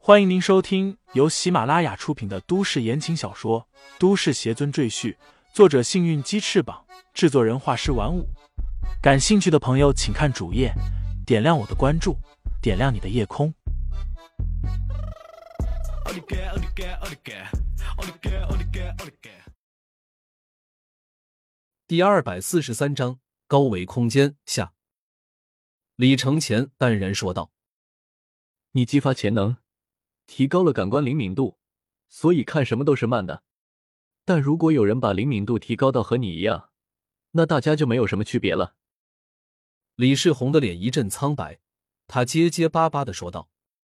欢迎您收听由喜马拉雅出品的都市言情小说《都市邪尊赘婿》，作者幸运鸡翅膀，制作人画师玩五。感兴趣的朋友请看主页，点亮我的关注，点亮你的夜空。 第243章高维空间下。李承前淡然说道： 你激发潜能，提高了感官灵敏度，所以看什么都是慢的。但如果有人把灵敏度提高到和你一样，那大家就没有什么区别了。 李世宏的脸一阵苍白，他结结巴巴地说道：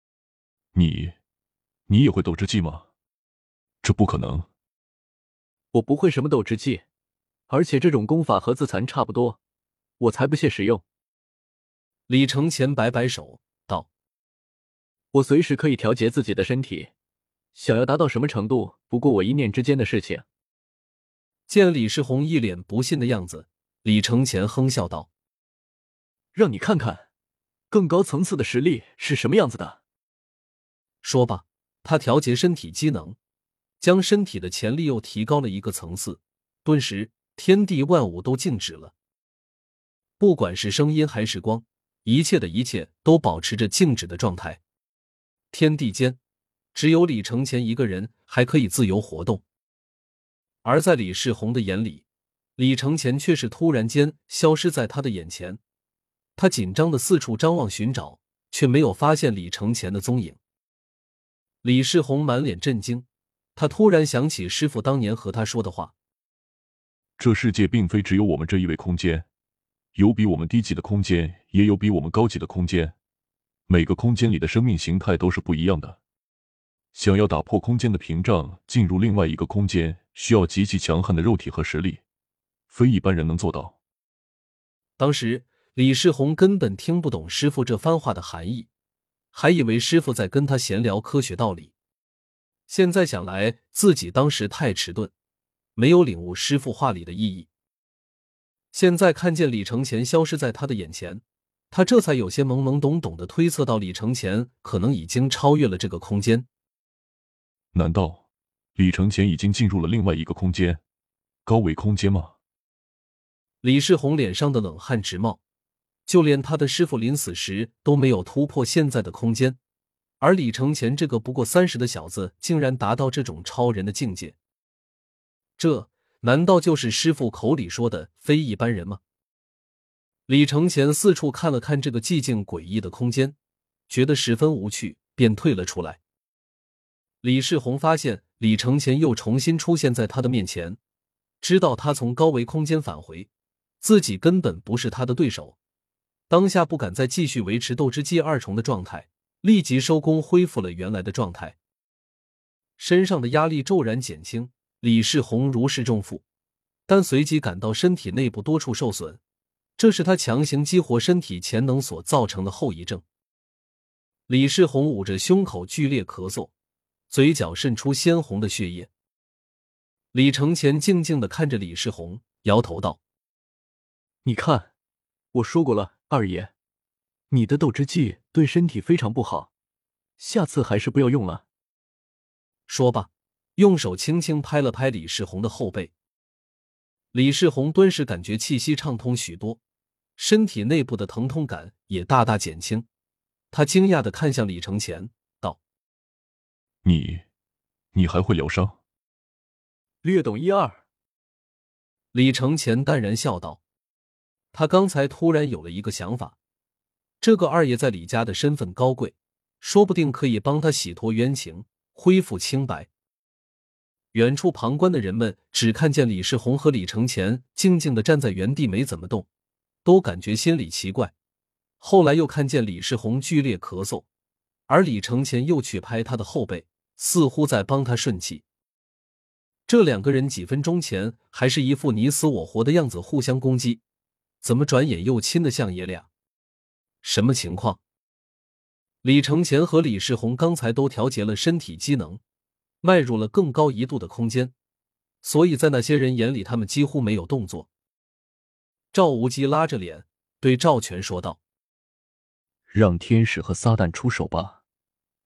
你也会斗之技吗？这不可能。 我不会什么斗之技，而且这种功法和自残差不多，我才不屑使用。 李承前摆摆手道： 我随时可以调节自己的身体，想要达到什么程度，不过我一念之间的事情。 见李世宏一脸不信的样子，李承前哼笑道： 让你看看更高层次的实力是什么样子的。 说罢，他调节身体机能，将身体的潜力又提高了一个层次，顿时天地万物都静止了，不管是声音还是光，一切的一切都保持着静止的状态。天地间只有李承前一个人还可以自由活动，而在李世宏的眼里，李承前却是突然间消失在他的眼前。他紧张的四处张望寻找，却没有发现李承前的踪影。李世宏满脸震惊，他突然想起师父当年和他说的话： 这世界并非只有我们这一维空间，有比我们低级的空间，也有比我们高级的空间，每个空间里的生命形态都是不一样的。想要打破空间的屏障，进入另外一个空间，需要极其强悍的肉体和实力，非一般人能做到。 当时李世宏根本听不懂师父这番话的含义，还以为师父在跟他闲聊科学道理。现在想来，自己当时太迟钝，没有领悟师父话里的意义。现在看见李承前消失在他的眼前，他这才有些懵懵懂懂地推测到李承前可能已经超越了这个空间。 难道李承前已经进入了另外一个空间，高维空间吗？ 李世宏脸上的冷汗直冒，就连他的师父临死时都没有突破现在的空间，而李承前这个不过30的小子竟然达到这种超人的境界，这难道就是师父口里说的非一般人吗？李承前四处看了看这个寂静诡异的空间，觉得十分无趣，便退了出来。李世宏发现李承前又重新出现在他的面前，知道他从高维空间返回，自己根本不是他的对手，当下不敢再继续维持斗之技2重的状态，立即收功恢复了原来的状态。身上的压力骤然减轻，李世宏如释重负，但随即感到身体内部多处受损，这是他强行激活身体潜能所造成的后遗症。李世宏捂着胸口剧烈咳嗽，嘴角渗出鲜红的血液。李承前静静地看着李世宏，摇头道： 你看，我说过了，二爷，你的斗之技对身体非常不好，下次还是不要用了。 说罢，用手轻轻拍了拍李世宏的后背。李世宏顿时感觉气息畅通许多，身体内部的疼痛感也大大减轻。他惊讶地看向李承前，道： 你还会疗伤？ 略懂一二。 李承前淡然笑道。他刚才突然有了一个想法，这个二爷在李家的身份高贵，说不定可以帮他洗脱冤情，恢复清白。远处旁观的人们只看见李世宏和李承前静静地站在原地没怎么动，都感觉心里奇怪。后来又看见李世宏剧烈咳嗽，而李承前又去拍他的后背，似乎在帮他顺气。这两个人几分钟前还是一副你死我活的样子互相攻击，怎么转眼又亲得像爷俩？什么情况？李承前和李世宏刚才都调节了身体机能，迈入了更高一度的空间，所以在那些人眼里他们几乎没有动作。赵无极拉着脸对赵全说道： 让天使和撒旦出手吧，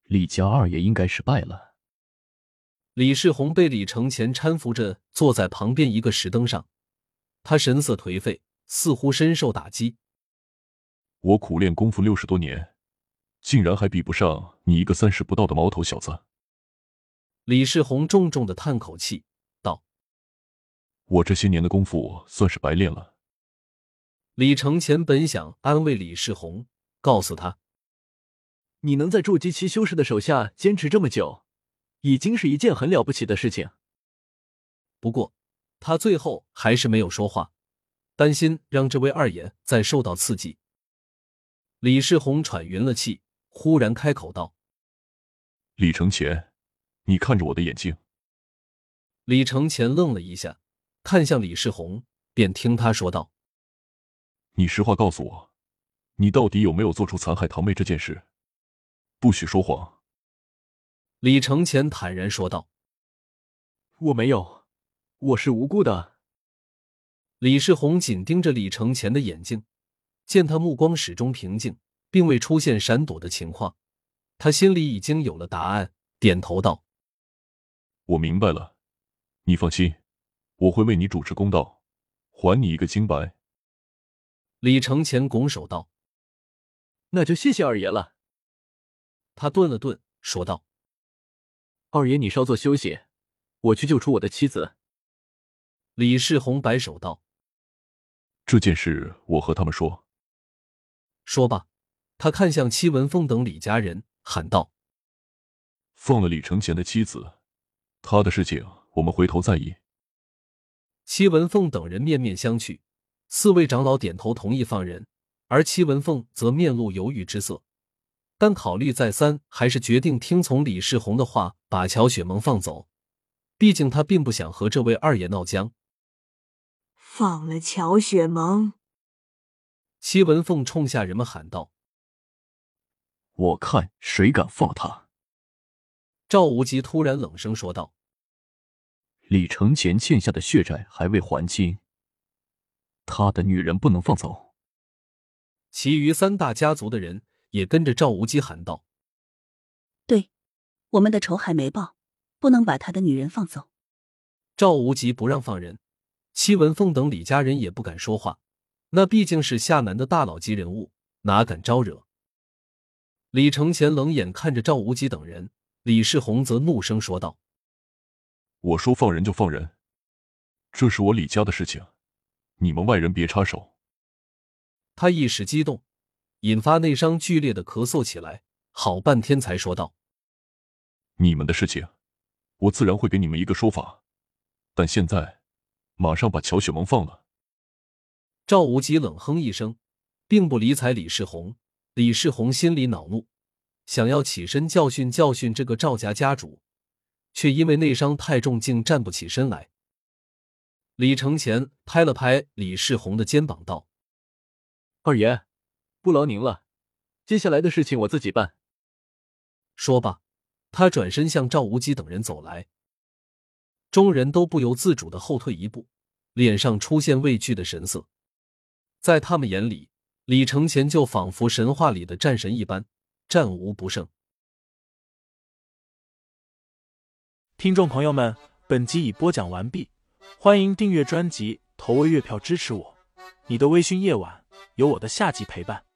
李家二爷应该是败了。 李世宏被李承前搀扶着坐在旁边一个石灯上，他神色颓废，似乎深受打击。 我苦练功夫60多年，竟然还比不上你一个30不到的毛头小子。 李世宏重重地叹口气，道： 我这些年的功夫算是白练了。 李承前本想安慰李世宏，告诉他， 你能在筑基期修士的手下坚持这么久，已经是一件很了不起的事情。 不过他最后还是没有说话，担心让这位二爷再受到刺激。李世宏喘匀了气，忽然开口道： 李承前，你看着我的眼睛。 李承前愣了一下，看向李世宏，便听他说道： 你实话告诉我，你到底有没有做出残害堂妹这件事？不许说谎。 李承前坦然说道： 我没有，我是无辜的。 李世宏紧盯着李承前的眼睛，见他目光始终平静，并未出现闪躲的情况，他心里已经有了答案，点头道： 我明白了，你放心，我会为你主持公道，还你一个清白。 李承前拱手道： 那就谢谢二爷了。 他顿了顿，说道： 二爷你稍作休息，我去救出我的妻子。 李世宏摆手道： 这件事我和他们说。 说罢，他看向戚文凤等李家人，喊道： 放了李承前的妻子，他的事情我们回头再议。 戚文凤等人面面相觑，4位长老点头同意放人，而戚文凤则面露犹豫之色，但考虑再三，还是决定听从李世宏的话，把乔雪萌放走。毕竟他并不想和这位二爷闹僵。 放了乔雪萌。 戚文凤冲下人们喊道： 我看谁敢放他。 赵无极突然冷声说道： 李承前欠下的血债还未还清，他的女人不能放走。 其余3大家族的人也跟着赵无极喊道： 对，我们的仇还没报，不能把他的女人放走。 赵无极不让放人，戚文凤等李家人也不敢说话，那毕竟是夏南的大佬级人物，哪敢招惹。李承前冷眼看着赵无极等人，李世宏则怒声说道： 我说放人就放人，这是我李家的事情，你们外人别插手。 他一时激动，引发内伤剧烈的咳嗽起来，好半天才说道： 你们的事情，我自然会给你们一个说法，但现在马上把乔雪萌放了。 赵无极冷哼一声，并不理睬李世宏。李世宏心里恼怒，想要起身教训这个赵家家主，却因为内伤太重，竟站不起身来。李承前拍了拍李世宏的肩膀道： 二爷，不劳您了，接下来的事情我自己办。 说罢，他转身向赵无极等人走来。众人都不由自主地后退一步，脸上出现畏惧的神色。在他们眼里，李承前就仿佛神话里的战神一般，战无不胜。 听众朋友们，本集已播讲完毕，欢迎订阅专辑，投喂月票支持我。你的微醺夜晚，有我的下集陪伴。